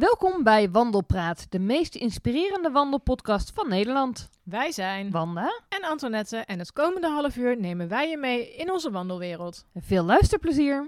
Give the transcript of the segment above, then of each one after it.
Welkom bij Wandelpraat, de meest inspirerende wandelpodcast van Nederland. Wij zijn Wanda en Antoinette en het komende half uur nemen wij je mee in onze wandelwereld. veel luisterplezier.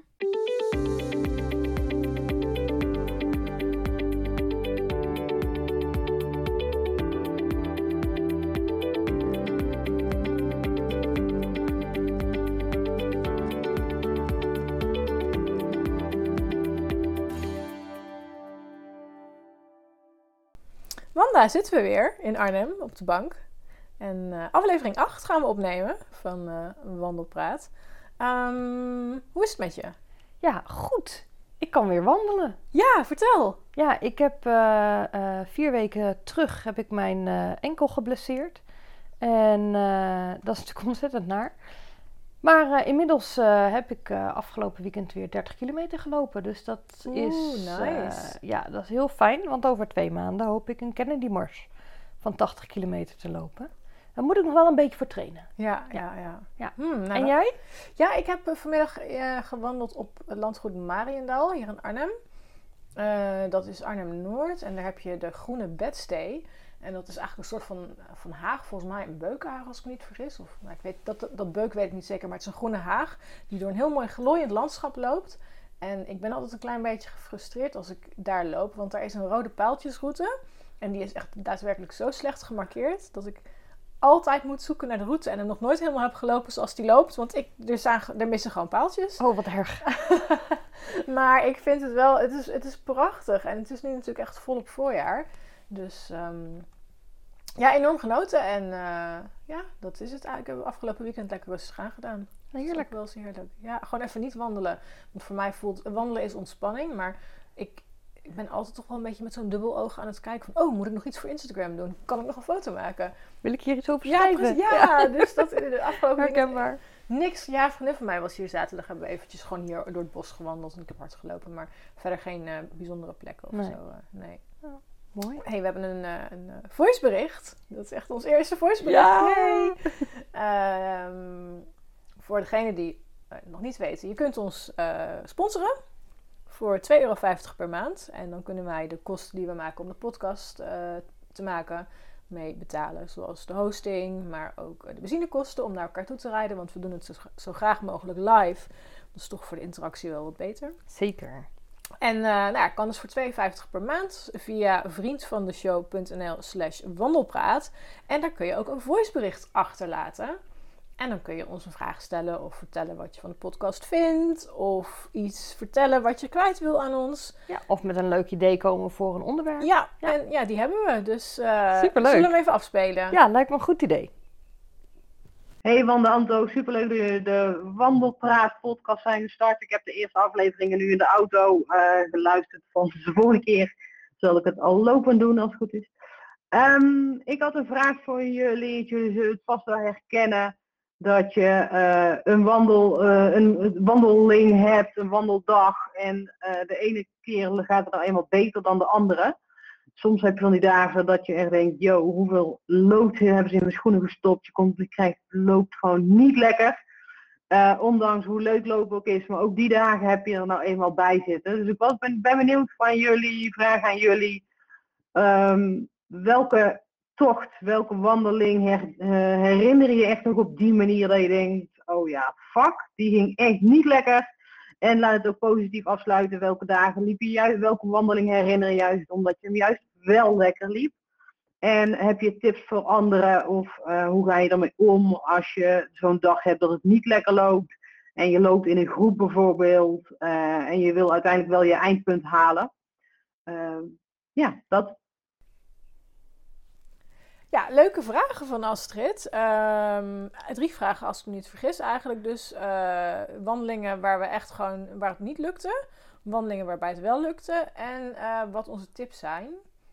Wanda, zitten we weer in Arnhem op de bank. En aflevering 8 gaan we opnemen van Wandelpraat. Hoe is het met je? Ja, goed. Ik kan weer wandelen. Ja, vertel. Ja, ik heb 4 weken terug heb ik mijn enkel geblesseerd. En dat is natuurlijk ontzettend naar. Maar inmiddels heb ik afgelopen weekend weer 30 kilometer gelopen. Dus dat is nice. dat is heel fijn. Want over 2 maanden hoop ik een Kennedy Mars van 80 kilometer te lopen. Daar moet ik nog wel een beetje voor trainen. Ja. En jij? Ja, ik heb vanmiddag gewandeld op het landgoed Mariendal hier in Arnhem. Dat is Arnhem-Noord en daar heb je de Groene Bedstee. En dat is eigenlijk een soort van haag, volgens mij een beukenhaag als ik me niet vergis. Of, nou, ik weet, dat beuk weet ik niet zeker, maar het is een groene haag die door een heel mooi glooiend landschap loopt. En ik ben altijd een klein beetje gefrustreerd als ik daar loop, want daar is een rode paaltjesroute. En die is echt daadwerkelijk zo slecht gemarkeerd dat ik altijd moet zoeken naar de route en er nog nooit helemaal heb gelopen zoals die loopt. Want er missen gewoon paaltjes. Oh, wat erg. Maar ik vind het wel, het is prachtig. En het is nu natuurlijk echt volop voorjaar. Dus enorm genoten. En dat is het eigenlijk. Ik heb afgelopen weekend lekker rustig aangedaan. Heerlijk. Dat is ook wel eens heerlijk. Ja, gewoon even niet wandelen. Want voor mij voelt wandelen is ontspanning. Maar ik ben altijd toch wel een beetje met zo'n dubbel oog aan het kijken van, moet ik nog iets voor Instagram doen? Kan ik nog een foto maken? Wil ik hier iets over schrijven? Ja, dus dat in de afgelopen herkenbaar. Niks. Ja, een vriendin van mij was hier zaterdag. Hebben we eventjes gewoon hier door het bos gewandeld. En ik heb hard gelopen. Maar verder geen bijzondere plekken of zo. Nee. Oh, mooi. Hey, we hebben een voicebericht. Dat is echt ons eerste voicebericht. Ja. Voor degenen die nog niet weten. Je kunt ons sponsoren. Voor €2,50 per maand. En dan kunnen wij de kosten die we maken om de podcast te maken mee betalen. Zoals de hosting, maar ook de benzinekosten om naar elkaar toe te rijden. Want we doen het zo graag mogelijk live. Dat is toch voor de interactie wel wat beter. Zeker. En kan dus voor €2,50 per maand via vriendvandeshow.nl/wandelpraat. En daar kun je ook een voicebericht achterlaten. En dan kun je ons een vraag stellen of vertellen wat je van de podcast vindt. Of iets vertellen wat je kwijt wil aan ons. Ja, of met een leuk idee komen voor een onderwerp. Ja. En die hebben we. Dus superleuk. Zullen we hem even afspelen? Ja, lijkt me een goed idee. Hey Wanda, Anto, superleuk dat jullie de Wandelpraat podcast zijn gestart. Ik heb de eerste afleveringen nu in de auto geluisterd. Van de volgende keer zal ik het al lopend doen als het goed is. Ik had een vraag voor jullie. Jullie zullen het vast wel herkennen dat je een wandeling hebt, een wandeldag. En de ene keer gaat het nou eenmaal beter dan de andere. Soms heb je van die dagen dat je echt denkt, hoeveel lood hebben ze in mijn schoenen gestopt. Je loopt gewoon niet lekker. Ondanks hoe leuk lopen ook is. Maar ook die dagen heb je er nou eenmaal bij zitten. Dus ik ben benieuwd van jullie, vraag aan jullie. Welke tocht, welke wandeling herinner je echt nog op die manier dat je denkt, die ging echt niet lekker. En laat het ook positief afsluiten. Welke dagen liep je juist, welke wandeling herinner je juist omdat je hem juist wel lekker liep? En heb je tips voor anderen of hoe ga je ermee om als je zo'n dag hebt dat het niet lekker loopt? En je loopt in een groep bijvoorbeeld en je wil uiteindelijk wel je eindpunt halen. Dat. Ja, leuke vragen van Astrid. 3 vragen als ik me niet vergis eigenlijk. Dus wandelingen waar het niet lukte. Wandelingen waarbij het wel lukte. En wat onze tips zijn.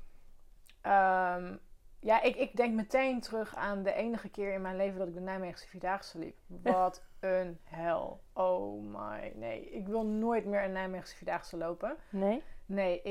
Ik denk meteen terug aan de enige keer in mijn leven dat ik de Nijmeegse Vierdaagse liep. Wat een hel. Oh my, nee. Ik wil nooit meer een Nijmeegse Vierdaagse lopen. Nee? Nee,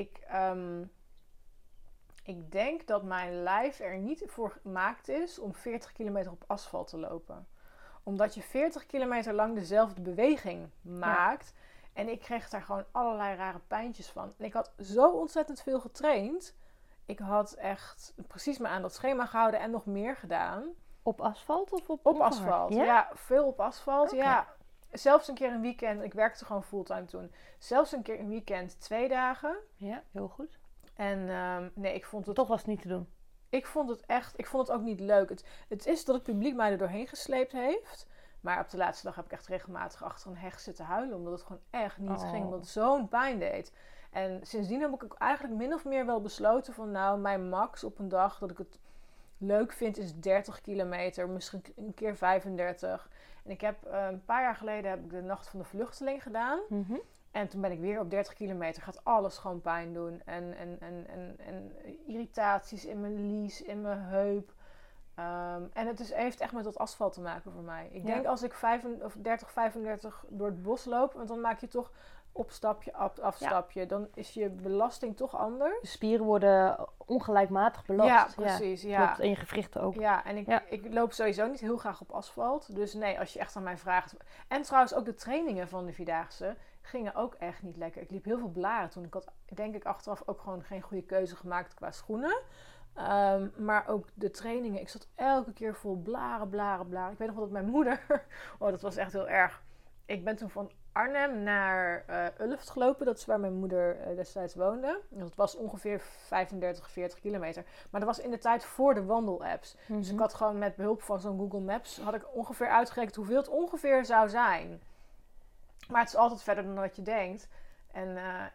ik denk dat mijn lijf er niet voor gemaakt is om 40 kilometer op asfalt te lopen. Omdat je 40 kilometer lang dezelfde beweging maakt. En ik kreeg daar gewoon allerlei rare pijntjes van. En ik had zo ontzettend veel getraind. Ik had echt precies me aan dat schema gehouden en nog meer gedaan. Op asfalt of op Op onverhard? asfalt, Ja? ja, veel op asfalt, Oké. ja. Zelfs een keer een weekend, ik werkte gewoon fulltime toen. Zelfs een keer een weekend 2 dagen. Ja, heel goed. En nee, ik vond het... Toch was het niet te doen. Ik vond het ook niet leuk. Het is dat het publiek mij er doorheen gesleept heeft. Maar op de laatste dag heb ik echt regelmatig achter een heg zitten huilen. Omdat het gewoon echt niet ging. Omdat het zo'n pijn deed. En sindsdien heb ik ook eigenlijk min of meer wel besloten van... Nou, mijn max op een dag dat ik het leuk vind is 30 kilometer. Misschien een keer 35. En ik heb een paar jaar geleden heb ik de Nacht van de Vluchteling gedaan. Mhm. En toen ben ik weer op 30 kilometer. Gaat alles gewoon pijn doen. En irritaties in mijn lies, in mijn heup. En het heeft echt met dat asfalt te maken voor mij. Ik denk als ik 30, 35 door het bos loop. Want dan maak je toch opstapje, afstapje. Dan is je belasting toch anders. De spieren worden ongelijkmatig belast. Ja, precies. Ja. Klopt. En je gewrichten ook. Ja, en ik loop sowieso niet heel graag op asfalt. Dus nee, als je echt aan mij vraagt... En trouwens ook de trainingen van de Vierdaagse gingen ook echt niet lekker. Ik liep heel veel blaren toen. Ik had denk ik achteraf ook gewoon geen goede keuze gemaakt qua schoenen. Maar ook de trainingen. Ik zat elke keer vol blaren. Ik weet nog wel dat mijn moeder... Oh, dat was echt heel erg. Ik ben toen van Arnhem naar Ulft gelopen. Dat is waar mijn moeder destijds woonde. Dat was ongeveer 35, 40 kilometer. Maar dat was in de tijd voor de wandelapps. Mhm. Dus ik had gewoon met behulp van zo'n Google Maps... had ik ongeveer uitgerekend hoeveel het ongeveer zou zijn. Maar het is altijd verder dan wat je denkt. En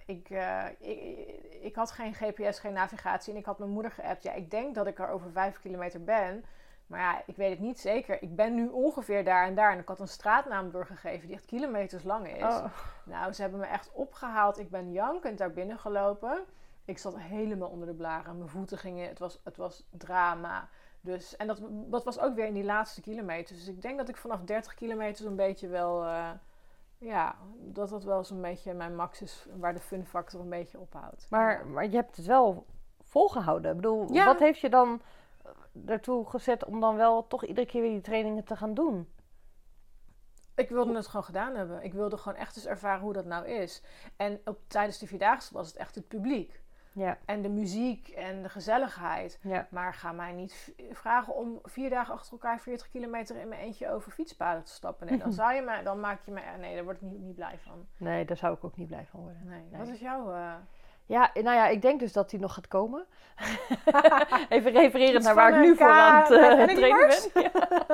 ik had geen GPS, geen navigatie. En ik had mijn moeder geappt. Ja, ik denk dat ik er over 5 kilometer ben. Maar ja, ik weet het niet zeker. Ik ben nu ongeveer daar en daar. En ik had een straatnaam doorgegeven die echt kilometers lang is. Oh. Nou, ze hebben me echt opgehaald. Ik ben jankend daar binnen gelopen. Ik zat helemaal onder de blaren. Mijn voeten gingen... Het was drama. Dus, en dat was ook weer in die laatste kilometers. Dus ik denk dat ik vanaf 30 kilometer zo'n beetje wel... dat wel zo'n beetje mijn max is... waar de fun factor een beetje ophoudt. Maar je hebt het wel volgehouden. Ik bedoel, Ja. wat heeft je dan ertoe gezet om dan wel toch iedere keer weer die trainingen te gaan doen? Ik wilde het gewoon gedaan hebben. Ik wilde gewoon echt eens ervaren hoe dat nou is. En tijdens de Vierdaagse was het echt het publiek. Ja. En de muziek en de gezelligheid. Ja. Maar ga mij niet vragen om 4 dagen achter elkaar 40 kilometer in mijn eentje over fietspaden te stappen. Nee, dan maak je me... Nee, daar word ik niet blij van. Nee, daar zou ik ook niet blij van worden. Nee. Nee. Wat is jouw... Ja, nou ja, ik denk dus dat die nog gaat komen. Even refererend Iets naar waar van ik nu een voor aan het Energy trainen Bars? ben.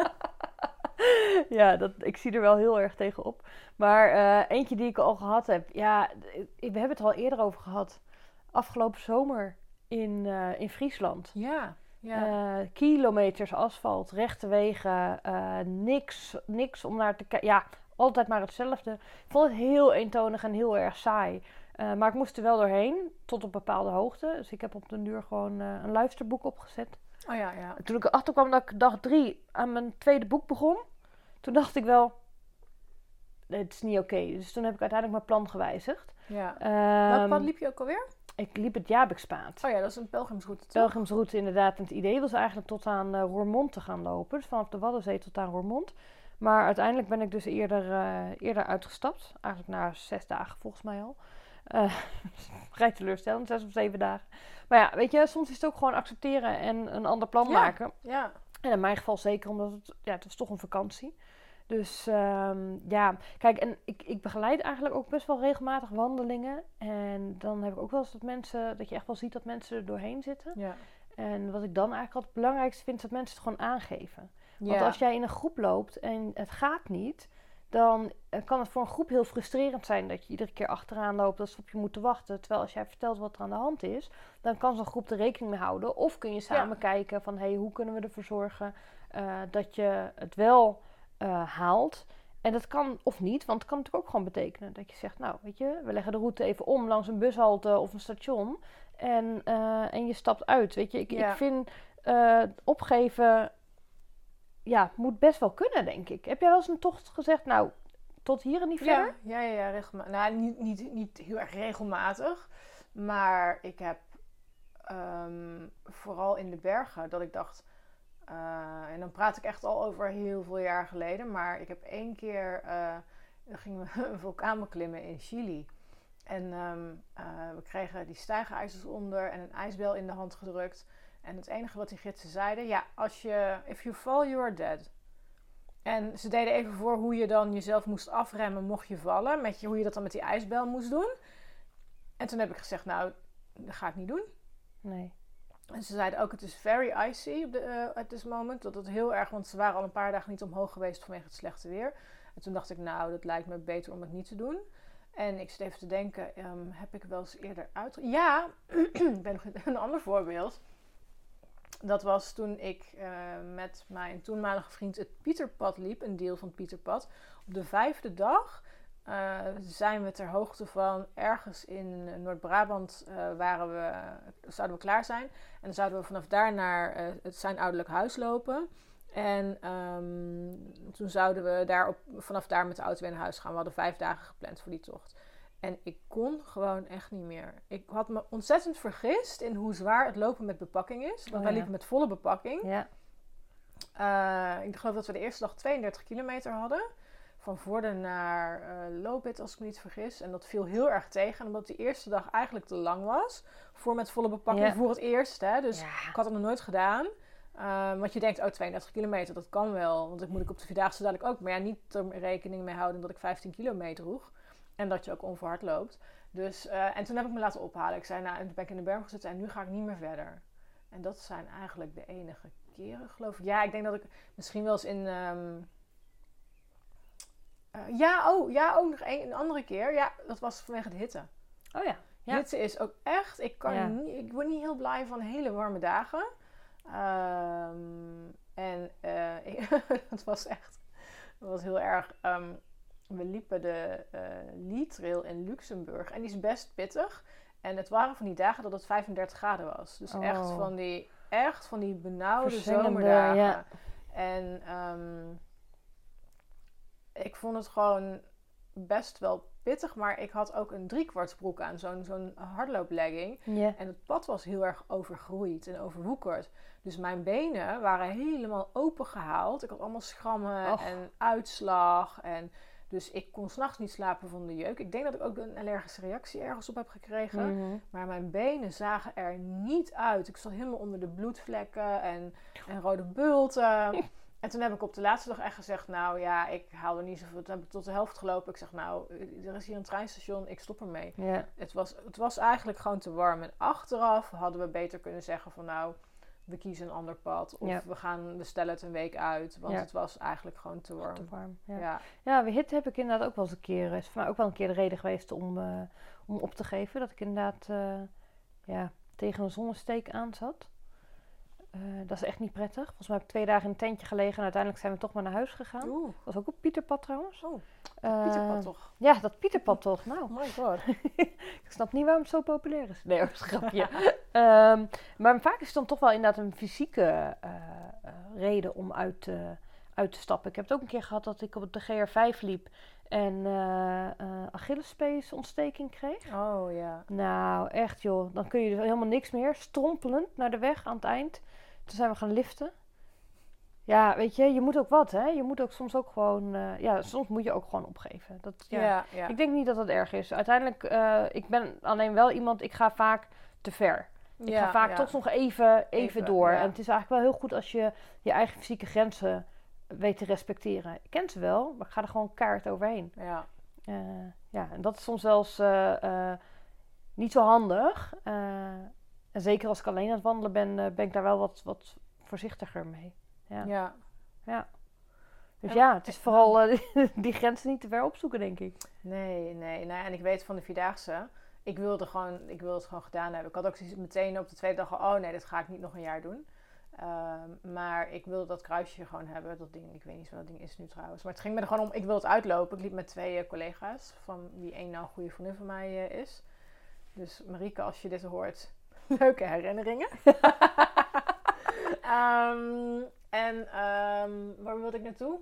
Ja, ik zie er wel heel erg tegen op. Maar eentje die ik al gehad heb. Ja, we hebben het er al eerder over gehad. Afgelopen zomer in Friesland. Ja. Kilometers asfalt, rechte wegen, niks om naar te kijken. Ja, altijd maar hetzelfde. Ik vond het heel eentonig en heel erg saai. Maar ik moest er wel doorheen, tot op bepaalde hoogte. Dus ik heb op den duur gewoon een luisterboek opgezet. Oh ja. En toen ik erachter kwam dat ik dag 3 aan mijn tweede boek begon, toen dacht ik wel, nee, het is niet oké. Dus toen heb ik uiteindelijk mijn plan gewijzigd. Ja. Ehm, Welk pad liep je ook alweer? Ik liep het Jabekpaad. Oh ja, dat is een pelgrimsroute. toch? Pelgrimsroute inderdaad. En het idee was eigenlijk tot aan Roermond te gaan lopen. Dus vanaf de Waddenzee tot aan Roermond. Maar uiteindelijk ben ik dus eerder uitgestapt. Eigenlijk na 6 dagen volgens mij al. Vrij teleurstellend, 6 of 7 dagen. Maar ja, weet je, soms is het ook gewoon accepteren en een ander plan maken. Ja. En in mijn geval zeker, omdat het was toch een vakantie. Dus kijk, en ik begeleid eigenlijk ook best wel regelmatig wandelingen. En dan heb ik ook wel eens dat je echt wel ziet dat mensen er doorheen zitten. Ja. En wat ik dan eigenlijk altijd het belangrijkste vind, is dat mensen het gewoon aangeven. Want Ja. als jij in een groep loopt en het gaat niet, dan kan het voor een groep heel frustrerend zijn dat je iedere keer achteraan loopt, dat ze op je moeten wachten. Terwijl als jij vertelt wat er aan de hand is, dan kan zo'n groep er rekening mee houden. Of kun je samen kijken van, hoe kunnen we ervoor zorgen dat je het wel haalt. En dat kan of niet, want het kan natuurlijk ook gewoon betekenen dat je zegt, nou weet je, we leggen de route even om langs een bushalte of een station en je stapt uit. Weet je, ik vind opgeven moet best wel kunnen, denk ik. Heb jij wel eens een tocht gezegd, nou, tot hier en niet verder? Ja, regelmatig. Nou, niet heel erg regelmatig. Maar ik heb vooral in de bergen dat ik dacht... en dan praat ik echt al over heel veel jaar geleden. Maar ik heb 1 keer Dan gingen we een vulkaan beklimmen in Chili. En we kregen die stijgijzers onder en een ijsbel in de hand gedrukt. En het enige wat die gidsen zeiden, ja, if you fall, you are dead. En ze deden even voor hoe je dan jezelf moest afremmen mocht je vallen. Hoe je dat dan met die ijsbel moest doen. En toen heb ik gezegd, nou, dat ga ik niet doen. Nee. En ze zeiden ook, het is very icy at this moment. Dat het heel erg, want ze waren al een paar dagen niet omhoog geweest vanwege het slechte weer. En toen dacht ik, nou, dat lijkt me beter om het niet te doen. En ik zit even te denken, heb ik wel eens eerder Ja, ik ben nog een ander voorbeeld. Dat was toen ik met mijn toenmalige vriend het Pieterpad liep, een deel van het Pieterpad. Op de 5e dag zijn we ter hoogte van ergens in Noord-Brabant zouden we klaar zijn. En dan zouden we vanaf daar naar het zijn ouderlijk huis lopen. En toen zouden we vanaf daar met de auto weer naar huis gaan. We hadden 5 dagen gepland voor die tocht. En ik kon gewoon echt niet meer. Ik had me ontzettend vergist in hoe zwaar het lopen met bepakking is. Want wij liepen met volle bepakking. Ja. Ik geloof dat we de eerste dag 32 kilometer hadden. Van Vorden naar Lopit, als ik me niet vergis. En dat viel heel erg tegen. Omdat die eerste dag eigenlijk te lang was. Voor met volle bepakking voor het eerst. Hè? Dus ik had het nog nooit gedaan. Want je denkt, 32 kilometer, dat kan wel. Want dat moet ik op de Vierdaagse dadelijk ook. Maar ja, niet er rekening mee houden dat ik 15 kilometer droeg. En dat je ook onverhard loopt. Dus, en toen heb ik me laten ophalen. Ik zei, nou, en toen ben ik in de berm gezet en nu ga ik niet meer verder. En dat zijn eigenlijk de enige keren, geloof ik. Ja, ik denk dat ik misschien wel eens in... ook nog een andere keer. Ja, dat was vanwege de hitte. Oh ja. Ja. Hitte is ook echt... Ik word niet heel blij van hele warme dagen. Het was echt... Het was heel erg... we liepen de Lee Trail in Luxemburg. En die is best pittig. En het waren van die dagen dat het 35 graden was. Dus echt van die benauwde zomerdagen. Ja. En ik vond het gewoon best wel pittig. Maar ik had ook een 3/4 broek aan. Zo'n hardlooplegging. Yeah. En het pad was heel erg overgroeid en overwoekerd. Dus mijn benen waren helemaal opengehaald. Ik had allemaal schrammen en uitslag. Dus ik kon 's nachts niet slapen van de jeuk. Ik denk dat ik ook een allergische reactie ergens op heb gekregen. Mm-hmm. Maar mijn benen zagen er niet uit. Ik zat helemaal onder de bloedvlekken en rode bulten. En toen heb ik op de laatste dag echt gezegd, nou ja, ik haal er niet zoveel. Toen heb ik tot de helft gelopen. Ik zeg, nou, er is hier een treinstation, ik stop ermee. Yeah. Het was eigenlijk gewoon te warm. En achteraf hadden we beter kunnen zeggen van, nou, we kiezen een ander pad. Of we stellen het een week uit. Want het was eigenlijk gewoon te warm. Ja, hitte heb ik inderdaad ook wel eens een keer. Is voor mij ook wel een keer de reden geweest om op te geven. Dat ik inderdaad tegen een zonnesteek aan zat. Dat is echt niet prettig. Volgens mij heb ik 2 dagen in een tentje gelegen. En uiteindelijk zijn we toch maar naar huis gegaan. Dat was ook op Pieterpad trouwens. Pieterpad toch? Ja, dat Pieterpad toch. Nou. Oh my god. Ik snap niet waarom het zo populair is. Nee, dat is een grapje. Maar vaak is het dan toch wel inderdaad een fysieke reden om uit te stappen. Ik heb het ook een keer gehad dat ik op de GR5 liep. En Achillespeesontsteking kreeg. Oh ja. Nou, echt joh. Dan kun je dus helemaal niks meer. Strompelend naar de weg aan het eind. Toen zijn we gaan liften. Ja, weet je moet ook wat, hè. Je moet ook soms ook gewoon... soms moet je ook gewoon opgeven. Ik denk niet dat dat erg is. Uiteindelijk, ik ben alleen wel iemand... Ik ga vaak te ver. Ik ga vaak toch nog even door. Ja. En het is eigenlijk wel heel goed als je je eigen fysieke grenzen weet te respecteren. Ik ken ze wel, maar ik ga er gewoon kaart overheen. Ja. En dat is soms wel eens niet zo handig. En zeker als ik alleen aan het wandelen ben ik daar wel wat voorzichtiger mee. Ja. Dus het is vooral die grenzen niet te ver opzoeken, denk ik. Nee. En ik weet van de Vierdaagse, ik wil het gewoon gedaan hebben. Ik had ook meteen op de tweede dag al, oh nee, dat ga ik niet nog een jaar doen. Maar ik wilde dat kruisje gewoon hebben. Dat ding, ik weet niet wat dat ding is nu trouwens. Maar het ging me er gewoon om, ik wil het uitlopen. Ik liep met 2 collega's, van wie 1 nou een goede vriendin van mij is. Dus Marieke, als je dit hoort, leuke herinneringen. Waar wilde ik naartoe?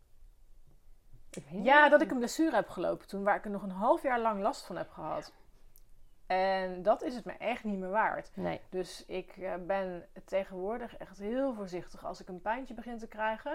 Dat ik een blessure heb gelopen toen, waar ik er nog een half jaar lang last van heb gehad. En dat is het me echt niet meer waard. Nee. Dus ik ben tegenwoordig echt heel voorzichtig. Als ik een pijntje begin te krijgen,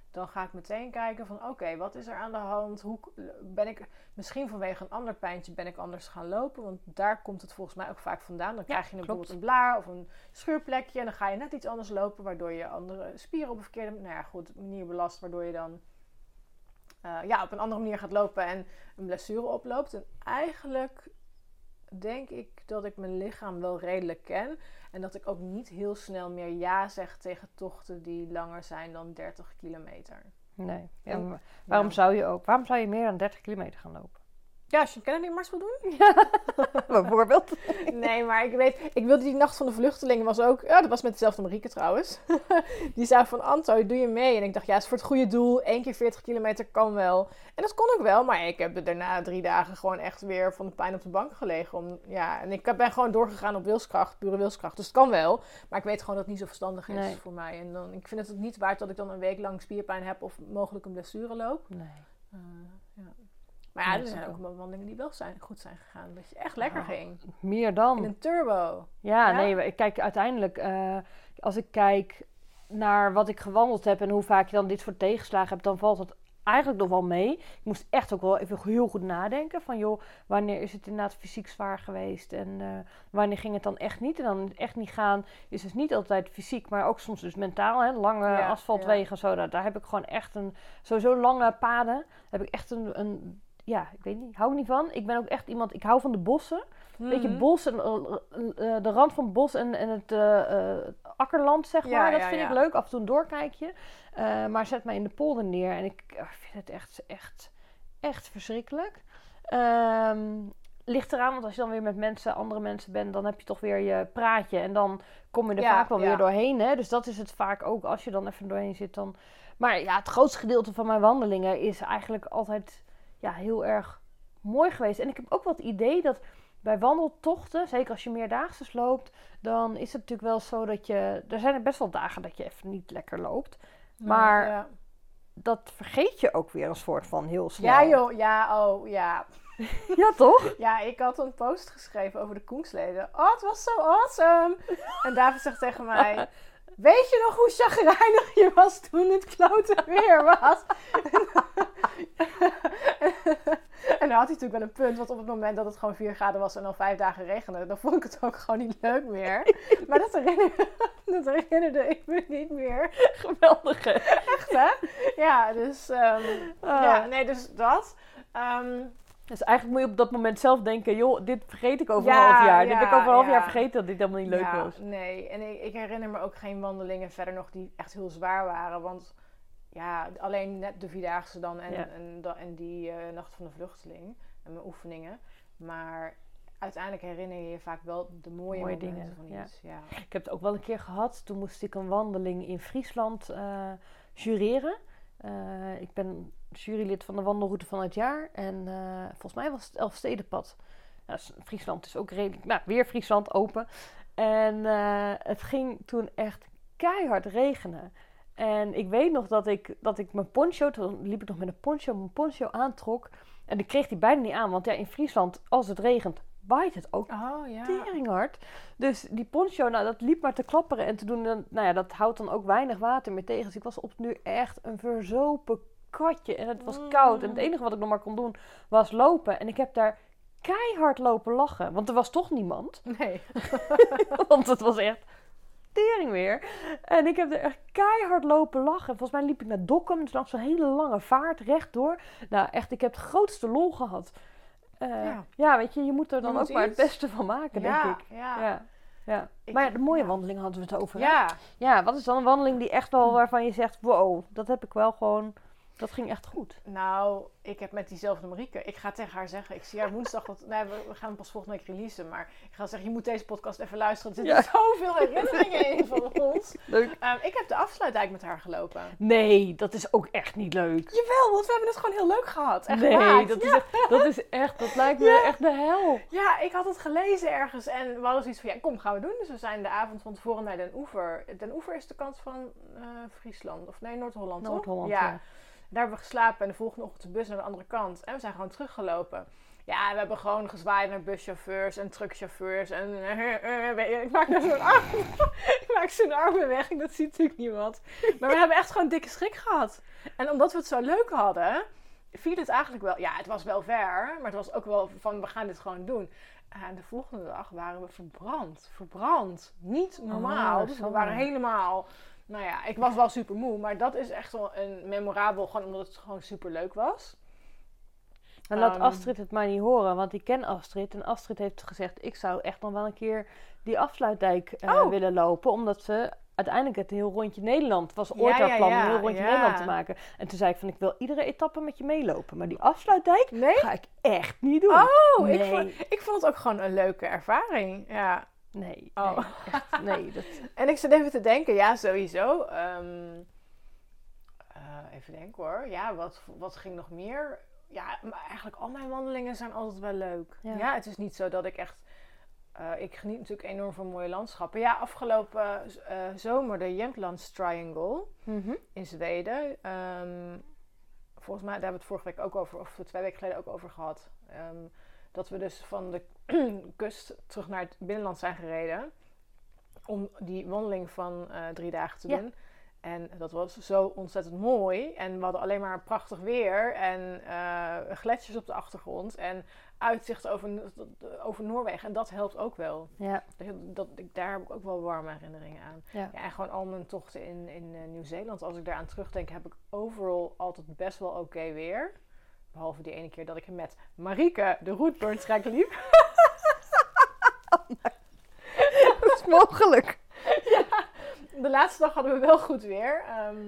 dan ga ik meteen kijken van oké, wat is er aan de hand? Hoe ben ik, misschien vanwege een ander pijntje ben ik anders gaan lopen. Want daar komt het volgens mij ook vaak vandaan. Dan krijg je bijvoorbeeld een blaar of een schuurplekje. En dan ga je net iets anders lopen, waardoor je andere spieren op een verkeerde manier belast. Waardoor je dan op een andere manier gaat lopen en een blessure oploopt. En eigenlijk denk ik dat ik mijn lichaam wel redelijk ken. En dat ik ook niet heel snel meer ja zeg tegen tochten die langer zijn dan 30 kilometer. Nee. Ja, maar waarom zou je meer dan 30 kilometer gaan lopen? Ja, als je een Kennedy Mars wil doen. Bijvoorbeeld. Nee, maar ik wilde die Nacht van de Vluchtelingen was ook... Ja, dat was met dezelfde Marieke trouwens. Die zei van, Anto, doe je mee? En ik dacht, ja, het is voor het goede doel. 1 keer 40 kilometer kan wel. En dat kon ook wel, maar ik heb daarna 3 dagen gewoon echt weer van de pijn op de bank gelegen. En ik ben gewoon doorgegaan op wilskracht, pure wilskracht. Dus het kan wel, maar ik weet gewoon dat het niet zo verstandig is voor mij. En dan, ik vind het niet waard dat ik dan een week lang spierpijn heb of mogelijk een blessure loop. Nee. Maar ja, er zijn ook wandelingen die wel goed zijn gegaan. Dat je echt lekker ging. Meer dan. In een turbo. Ja, nee, kijk, uiteindelijk, als ik kijk naar wat ik gewandeld heb en hoe vaak je dan dit soort tegenslagen hebt, dan valt het eigenlijk nog wel mee. Ik moest echt ook wel even heel goed nadenken van, joh, wanneer is het inderdaad fysiek zwaar geweest en wanneer ging het dan echt niet? En dan echt niet gaan is dus niet altijd fysiek, maar ook soms dus mentaal, hè? Lange asfaltwegen en zo. Daar heb ik gewoon echt sowieso lange paden, heb ik echt ik weet niet, hou ik niet van. Ik ben ook echt iemand, ik hou van de bossen. Weet je, bos en de rand van het bos en het akkerland, zeg maar. Dat vind ik leuk. Af en toe een doorkijkje. Maar zet mij in de polder neer en ik vind het echt verschrikkelijk. Ligt eraan, want als je dan weer met andere mensen bent, dan heb je toch weer je praatje. En dan kom je er vaak wel weer doorheen. Hè? Dus dat is het vaak ook, als je dan even doorheen zit. Dan. Maar ja, het grootste gedeelte van mijn wandelingen is eigenlijk altijd heel erg mooi geweest. En ik heb ook wel het idee dat bij wandeltochten, zeker als je meerdaagse loopt, dan is het natuurlijk wel zo dat er zijn er best wel dagen dat je even niet lekker loopt. Maar dat vergeet je ook weer een soort van heel snel. Ja joh, ja. Ja, toch? Ja, ik had een post geschreven over de Koensleden. Oh, het was zo awesome. En David zegt tegen mij, weet je nog hoe chagrijnig je was toen het klote weer was? En dan had hij natuurlijk wel een punt, want op het moment dat het gewoon 4 graden was en al 5 dagen regende, dan vond ik het ook gewoon niet leuk meer. Maar dat herinnerde ik me niet meer. Geweldig, hè? Echt, hè? Ja, dus, dus dat. Dus eigenlijk moet je op dat moment zelf denken, joh, dit vergeet ik over een half jaar. Dit heb ik over een half jaar vergeten dat dit helemaal niet leuk was. Nee, en ik herinner me ook geen wandelingen verder nog die echt heel zwaar waren, want alleen net de Vierdaagse dan en die Nacht van de Vluchteling en mijn oefeningen. Maar uiteindelijk herinner je je vaak wel de mooie dingen van iets. Ja. Ik heb het ook wel een keer gehad. Toen moest ik een wandeling in Friesland jureren. Ik ben jurylid van de wandelroute van het jaar. En volgens mij was het Elfstedenpad. Friesland is ook redelijk, weer Friesland open. En het ging toen echt keihard regenen. En ik weet nog dat ik mijn poncho, toen liep ik nog met mijn poncho aantrok. En ik kreeg die bijna niet aan. Want in Friesland, als het regent, waait het ook teringhard. Dus die poncho, dat liep maar te klapperen. En te doen, dat houdt dan ook weinig water meer tegen. Dus ik was op nu echt een verzopen katje. En het was koud. En het enige wat ik nog maar kon doen, was lopen. En ik heb daar keihard lopen lachen. Want er was toch niemand. Nee. Want het was echt tering weer. En ik heb er echt keihard lopen lachen. Volgens mij liep ik naar Dokkum. Dus langs zo'n hele lange vaart rechtdoor. Nou echt, ik heb het grootste lol gehad. Weet je moet er dan ook maar het beste van maken, denk ik. Ja. Maar de mooie wandeling hadden we het over. Ja, wat is dan een wandeling die echt wel waarvan je zegt, wow, dat heb ik wel gewoon. Dat ging echt goed. Nou, ik heb met diezelfde Marieke, ik ga tegen haar zeggen, ik zie haar woensdag, we gaan pas volgende week releasen, maar ik ga zeggen, je moet deze podcast even luisteren. Er zitten zoveel herinneringen in van ons. Leuk. Ik heb de afsluitdijk met haar gelopen. Nee, dat is ook echt niet leuk. Jawel, want we hebben het gewoon heel leuk gehad. Echt dat lijkt me echt de hel. Ja, ik had het gelezen ergens en we hadden zoiets van, kom, gaan we doen. Dus we zijn de avond van tevoren naar Den Oever. Den Oever is de kant van Friesland, of nee, Noord-Holland, toch? Noord-Holland, ja. Daar hebben we geslapen en de volgende ochtend de bus naar de andere kant. En we zijn gewoon teruggelopen. Ja, we hebben gewoon gezwaaid naar buschauffeurs en truckchauffeurs. En ik maak nou zo'n arm. Ik maak zo'n armbeweging, dat ziet natuurlijk niemand. Maar we hebben echt gewoon dikke schrik gehad. En omdat we het zo leuk hadden, viel het eigenlijk wel... Ja, het was wel ver, maar het was ook wel van, we gaan dit gewoon doen. En de volgende dag waren we verbrand. Niet normaal. Dus we waren helemaal... Nou ja, ik was wel super moe, maar dat is echt wel een memorabel, gewoon omdat het gewoon super leuk was. En laat Astrid het maar niet horen, want ik ken Astrid. En Astrid heeft gezegd, ik zou echt nog wel een keer die afsluitdijk willen lopen. Omdat ze uiteindelijk het heel rondje Nederland, het was ooit haar plan om een heel rondje Nederland te maken. En toen zei ik van, ik wil iedere etappe met je meelopen. Maar die afsluitdijk ga ik echt niet doen. Oh, nee. ik vond het ook gewoon een leuke ervaring. Ja. Nee, echt, dat... En ik zat even te denken, ja, sowieso. Even denken hoor. Ja, wat ging nog meer? Ja, maar eigenlijk al mijn wandelingen zijn altijd wel leuk. Ja, het is niet zo dat ik echt... ik geniet natuurlijk enorm van mooie landschappen. Ja, afgelopen zomer de Jämtlands Triangle in Zweden. Volgens mij, daar hebben we het vorige week ook over, of 2 weken geleden ook over gehad. Dat we dus van de kust terug naar het binnenland zijn gereden. Om die wandeling van 3 dagen te doen. En dat was zo ontzettend mooi. En we hadden alleen maar prachtig weer. En gletsjers op de achtergrond. En uitzicht over Noorwegen. En dat helpt ook wel. Ja. Daar heb ik ook wel warme herinneringen aan. Ja. Ja, en gewoon al mijn tochten in Nieuw-Zeeland. Als ik daaraan terugdenk, heb ik overal altijd best wel oké weer. Behalve die ene keer dat ik met Marieke de Roetburn-trek liep. Dat is mogelijk. Ja, de laatste dag hadden we wel goed weer.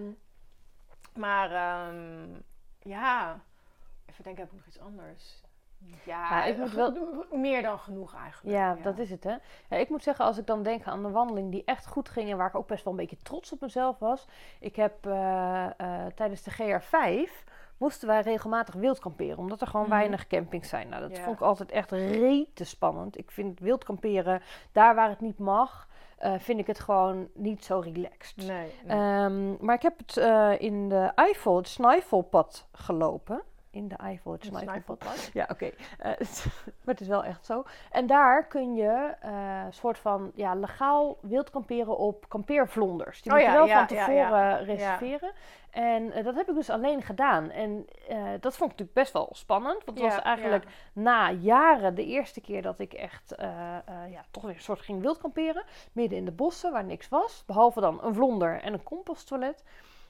Ja, even denken, heb ik nog iets anders? Ja, ik moet wel... meer dan genoeg eigenlijk. Ja, dat is het, hè. Ja, ik moet zeggen, als ik dan denk aan de wandeling die echt goed ging... en waar ik ook best wel een beetje trots op mezelf was... Ik heb tijdens de GR5... moesten wij regelmatig wild kamperen, omdat er gewoon weinig campings zijn. Nou, dat vond ik altijd echt rete spannend. Ik vind wild kamperen, daar waar het niet mag, vind ik het gewoon niet zo relaxed. Nee. Maar ik heb het in de Eifel, het Snæfellpad gelopen. In de Eifel, het Snæfellpad. Ja, oké. Maar het is wel echt zo. En daar kun je soort van legaal wild kamperen op kampeervlonders. Die moet je wel van tevoren reserveren. En dat heb ik dus alleen gedaan. En dat vond ik natuurlijk best wel spannend. Want het was eigenlijk na jaren de eerste keer dat ik echt toch weer een soort ging wild kamperen. Midden in de bossen waar niks was. Behalve dan een vlonder en een composttoilet.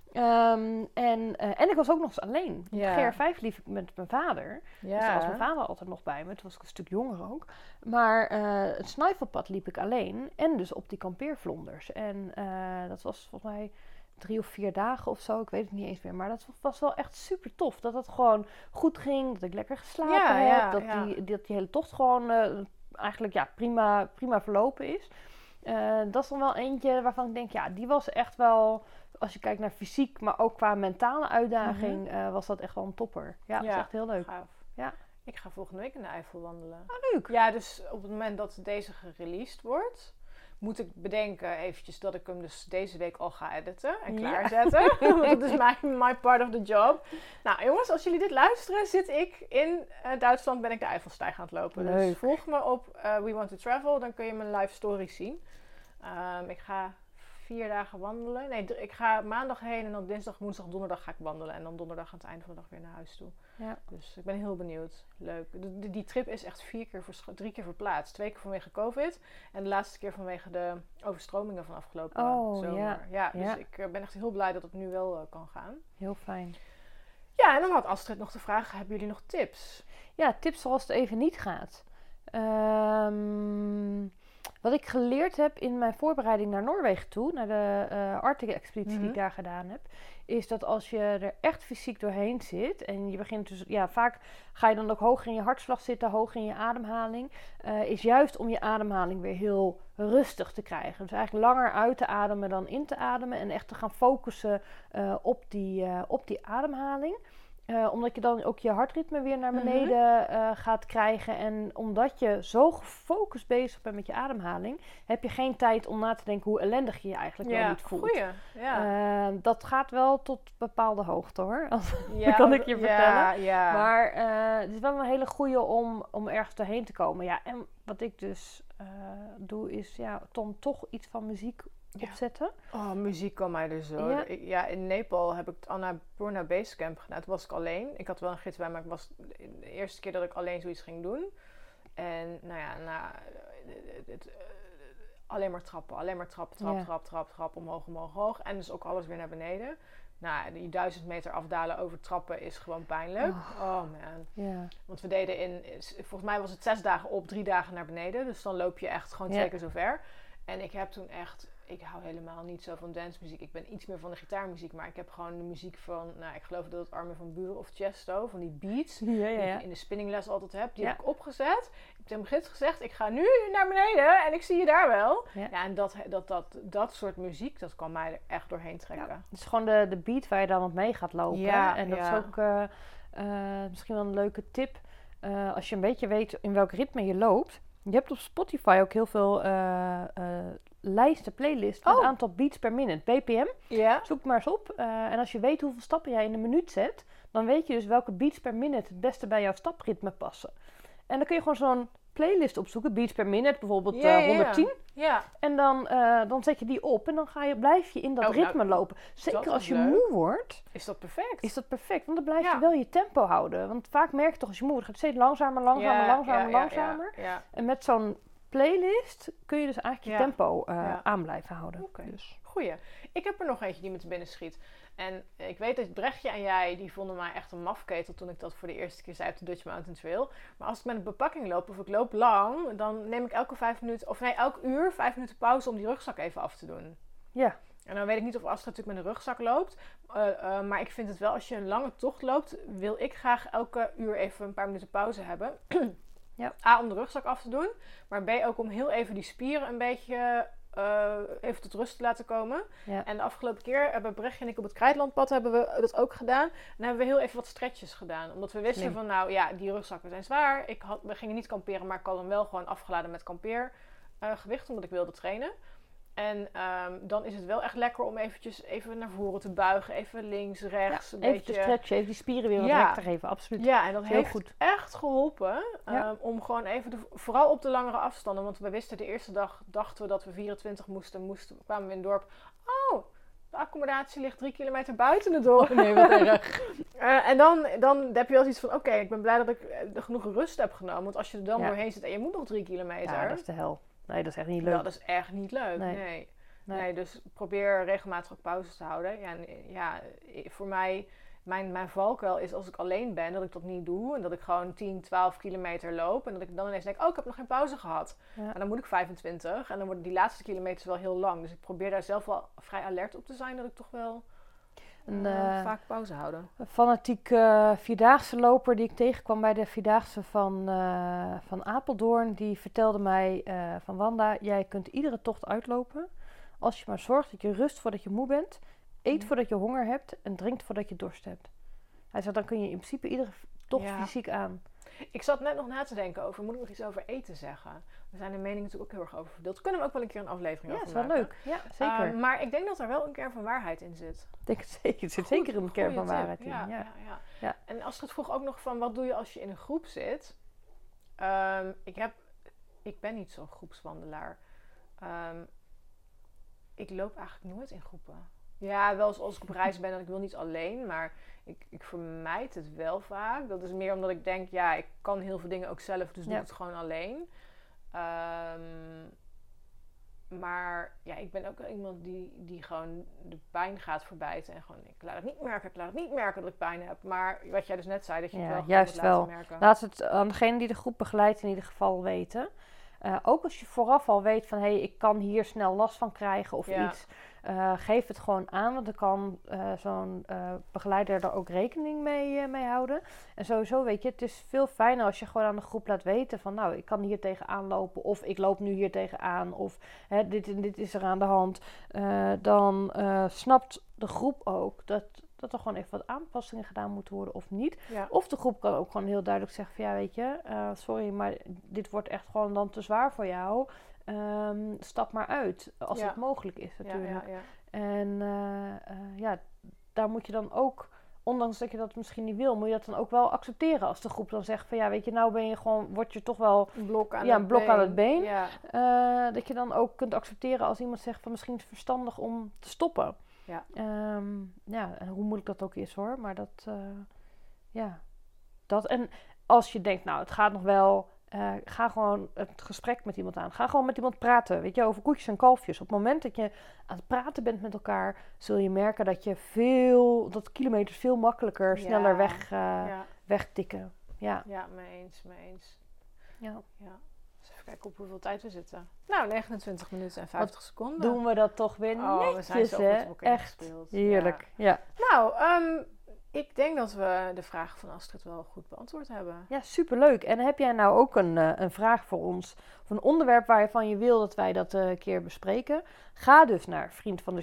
En ik was ook nog eens alleen. Op GR5 liep ik met mijn vader. Dus daar was mijn vader altijd nog bij me. Toen was ik een stuk jonger ook. Maar het Snæfellpad liep ik alleen. En dus op die kampeervlonders. En dat was volgens mij 3 of 4 dagen of zo. Ik weet het niet eens meer. Maar dat was wel echt super tof. Dat het gewoon goed ging. Dat ik lekker geslapen heb. Dat die hele tocht gewoon eigenlijk prima verlopen is. Dat is dan wel eentje waarvan ik denk, die was echt wel... Als je kijkt naar fysiek, maar ook qua mentale uitdaging, was dat echt wel een topper. Ja, dat is echt heel leuk. Gaaf. Ja. Ik ga volgende week in de Eifel wandelen. Leuk. Ja, dus op het moment dat deze gereleased wordt, moet ik bedenken eventjes dat ik hem dus deze week al ga editen en klaarzetten. Want dat is my part of the job. Nou jongens, als jullie dit luisteren, zit ik in Duitsland, ben ik de Eifelsteig aan het lopen. Leuk. Dus volg me op We Want to Travel, dan kun je mijn live stories zien. Ik ga 4 dagen wandelen. Nee, ik ga maandag heen en dan dinsdag, woensdag, donderdag ga ik wandelen. En dan donderdag aan het einde van de dag weer naar huis toe. Ja. Dus ik ben heel benieuwd. Leuk. Die trip is echt 3 keer verplaatst. 2 keer vanwege COVID. En de laatste keer vanwege de overstromingen van afgelopen zomer. Ja, dus ik ben echt heel blij dat het nu wel kan gaan. Heel fijn. Ja, en dan had Astrid nog de vraag, hebben jullie nog tips? Ja, tips zoals het even niet gaat. Wat ik geleerd heb in mijn voorbereiding naar Noorwegen toe, naar de Arctic-expeditie die ik daar gedaan heb, is dat als je er echt fysiek doorheen zit en je begint dus, vaak ga je dan ook hoger in je hartslag zitten, hoger in je ademhaling, is juist om je ademhaling weer heel rustig te krijgen. Dus eigenlijk langer uit te ademen dan in te ademen en echt te gaan focussen op die ademhaling. Omdat je dan ook je hartritme weer naar beneden gaat krijgen. En omdat je zo gefocust bezig bent met je ademhaling, heb je geen tijd om na te denken hoe ellendig je je eigenlijk wel niet voelt. Goeie. Ja. Dat gaat wel tot bepaalde hoogte hoor. Dat kan ik je vertellen. Ja. Maar het is wel een hele goeie om ergens doorheen te komen. Ja, en wat ik dus doe is dan toch iets van muziek opzetten. Oh, muziek kan mij er zo. Ja. In Nepal heb ik het Annapurna Basecamp gedaan. Toen was ik alleen. Ik had wel een gids bij, maar ik was de eerste keer dat ik alleen zoiets ging doen. En alleen maar trappen. Alleen maar trap, omhoog. En dus ook alles weer naar beneden. Nou, die 1000 meter afdalen over trappen is gewoon pijnlijk. Oh man. Ja. Want we deden volgens mij was het 6 dagen op, 3 dagen naar beneden. Dus dan loop je echt gewoon 2 keer zo ver. En ik heb toen echt... Ik hou helemaal niet zo van dancemuziek. Ik ben iets meer van de gitaarmuziek. Maar ik heb gewoon de muziek van... ik geloof dat het Armin van Buuren of Chesto. Van die beats. Die ik in de spinningles altijd heb. Die heb ik opgezet. Ik heb tegen mijn gids gezegd... Ik ga nu naar beneden. En ik zie je daar wel. Ja, en dat soort muziek... Dat kan mij er echt doorheen trekken. Ja, het is gewoon de beat waar je dan op mee gaat lopen. Ja, en dat is ook misschien wel een leuke tip. Als je een beetje weet in welk ritme je loopt. Je hebt op Spotify ook heel veel... lijsten, playlists met een aantal beats per minute, BPM. Zoek het maar eens op. En als je weet hoeveel stappen jij in een minuut zet, dan weet je dus welke beats per minute het beste bij jouw stapritme passen. En dan kun je gewoon zo'n playlist opzoeken, beats per minute, bijvoorbeeld 110. Ja. En dan zet je die op en dan blijf je in dat ritme lopen. Zeker als je moe wordt. Is dat perfect? Is dat perfect, want dan blijf je wel je tempo houden. Want vaak merk je toch als je moe wordt, gaat het steeds langzamer. Ja. En met zo'n playlist kun je dus eigenlijk je tempo aan blijven houden. Okay. Dus. Goeie. Ik heb er nog eentje die me te binnen schiet. En ik weet dat Brechtje en jij, die vonden mij echt een mafketel toen ik dat voor de eerste keer zei op de Dutch Mountain Trail. Maar als ik met een bepakking loop of ik loop lang, dan neem ik elk uur 5 minuten pauze om die rugzak even af te doen. Ja. En dan weet ik niet of Astrid natuurlijk met een rugzak loopt. Maar ik vind het wel, als je een lange tocht loopt, wil ik graag elke uur even een paar minuten pauze hebben. Ja. A, om de rugzak af te doen. Maar B, ook om heel even die spieren een beetje even tot rust te laten komen. Ja. En de afgelopen keer hebben Brechtje en ik op het Krijtlandpad hebben we dat ook gedaan. En hebben we heel even wat stretches gedaan. Omdat we wisten van, die rugzakken zijn zwaar. We gingen niet kamperen, maar ik had hem wel gewoon afgeladen met kampeergewicht. Omdat ik wilde trainen. En dan is het wel echt lekker om even naar voren te buigen. Even links, rechts. Een even beetje te stretchen, even die spieren weer wat rek te geven. Absoluut. Ja, en dat heel heeft goed. echt geholpen. Om gewoon even, vooral op de langere afstanden. Want we wisten de eerste dag, dachten we dat we 24 kwamen we in het dorp. Oh, de accommodatie ligt 3 kilometer buiten het dorp. Nee, wat erg. En dan heb je wel zoiets van, oké, ik ben blij dat ik genoeg rust heb genomen. Want als je er dan doorheen zit en je moet nog 3 kilometer. Ja, dat is de hel. Nee, dat is echt niet leuk. Dat is echt niet leuk, nee. Dus probeer regelmatig ook pauzes te houden. Voor mij, mijn valkuil is als ik alleen ben, dat ik dat niet doe. En dat ik gewoon 10, 12 kilometer loop. En dat ik dan ineens denk, ik heb nog geen pauze gehad. En dan moet ik 25. En dan worden die laatste kilometers wel heel lang. Dus ik probeer daar zelf wel vrij alert op te zijn. Dat ik toch wel vaak pauze houden. Een fanatiek vierdaagse loper die ik tegenkwam bij de vierdaagse van Apeldoorn. Die vertelde mij van Wanda, jij kunt iedere tocht uitlopen. Als je maar zorgt dat je rust voordat je moe bent. Eet voordat je honger hebt. En drinkt voordat je dorst hebt. Hij zei, dan kun je in principe iedere tocht fysiek aan. Ik zat net nog na te denken over, moet ik nog iets over eten zeggen? We zijn de meningen natuurlijk ook heel erg over verdeeld. Kunnen we ook wel een keer een aflevering over maken. Ja, dat is wel leuk. Ja, zeker. Maar ik denk dat er wel een kern van waarheid in zit. Ik denk het zeker. Er zit zeker een kern van waarheid in. Ja. En Astrid vroeg ook nog van, wat doe je als je in een groep zit? Ik ben niet zo'n groepswandelaar. Ik loop eigenlijk nooit in groepen. Ja, wel als ik op reis ben en ik wil niet alleen, maar ik vermijd het wel vaak. Dat is meer omdat ik denk, ik kan heel veel dingen ook zelf, dus doe ik het gewoon alleen. Maar ik ben ook iemand die gewoon de pijn gaat verbijten. En gewoon, ik laat het niet merken dat ik pijn heb. Maar wat jij dus net zei, dat je het wel juist gaat laten merken. Laat het aan degene die de groep begeleidt in ieder geval weten. Ook als je vooraf al weet van, ik kan hier snel last van krijgen of iets. Geef het gewoon aan, want dan kan zo'n begeleider er ook rekening mee houden. En sowieso weet je, het is veel fijner als je gewoon aan de groep laat weten van, ik kan hier tegenaan lopen of ik loop nu hier tegenaan of dit en dit is er aan de hand. Dan snapt de groep ook dat Dat er gewoon even wat aanpassingen gedaan moeten worden of niet. Ja. Of de groep kan ook gewoon heel duidelijk zeggen van ja, weet je, sorry, maar dit wordt echt gewoon dan te zwaar voor jou. Stap maar uit, als het mogelijk is natuurlijk. Ja. En daar moet je dan ook, ondanks dat je dat misschien niet wil, moet je dat dan ook wel accepteren als de groep dan zegt van ja, weet je, nou ben je gewoon, word je toch wel een blok aan het been. Ja. Dat je dan ook kunt accepteren als iemand zegt van misschien is het verstandig om te stoppen. Ja. En hoe moeilijk dat ook is hoor, maar dat. En als je denkt, nou het gaat nog wel, ga gewoon het gesprek met iemand aan. Ga gewoon met iemand praten, weet je, over koetjes en kalfjes. Op het moment dat je aan het praten bent met elkaar, zul je merken dat je dat kilometers veel makkelijker, sneller wegtikken. Ja, mee eens. Ja. Dus even kijken op hoeveel tijd we zitten. Nou, 29 minuten en 50 seconden. Doen we dat toch weer netjes, we zijn zo goed op elkaar gespeeld. Heerlijk. Ja. Nou, ik denk dat we de vraag van Astrid wel goed beantwoord hebben. Ja, superleuk. En heb jij nou ook een vraag voor ons? Of een onderwerp waarvan je wil dat wij dat een keer bespreken? Ga dus naar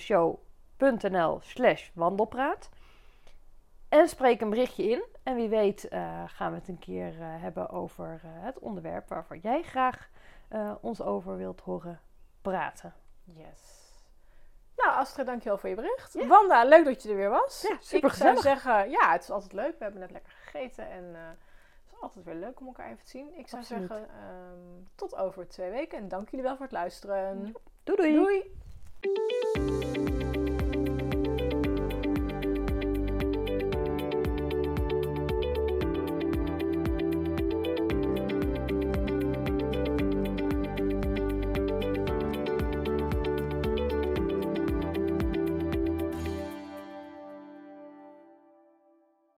vriendvandeshow.nl/wandelpraat. En spreek een berichtje in. En wie weet gaan we het een keer hebben over het onderwerp waarvoor jij graag ons over wilt horen praten. Yes. Nou, Astrid, dankjewel voor je bericht. Ja. Wanda, leuk dat je er weer was. Ja, super Ik zou gezellig. zeggen, ja, het is altijd leuk. We hebben net lekker gegeten en het is altijd weer leuk om elkaar even te zien. Ik zou Absoluut. zeggen, tot over 2 weken en dank jullie wel voor het luisteren. Doei doei! Doei!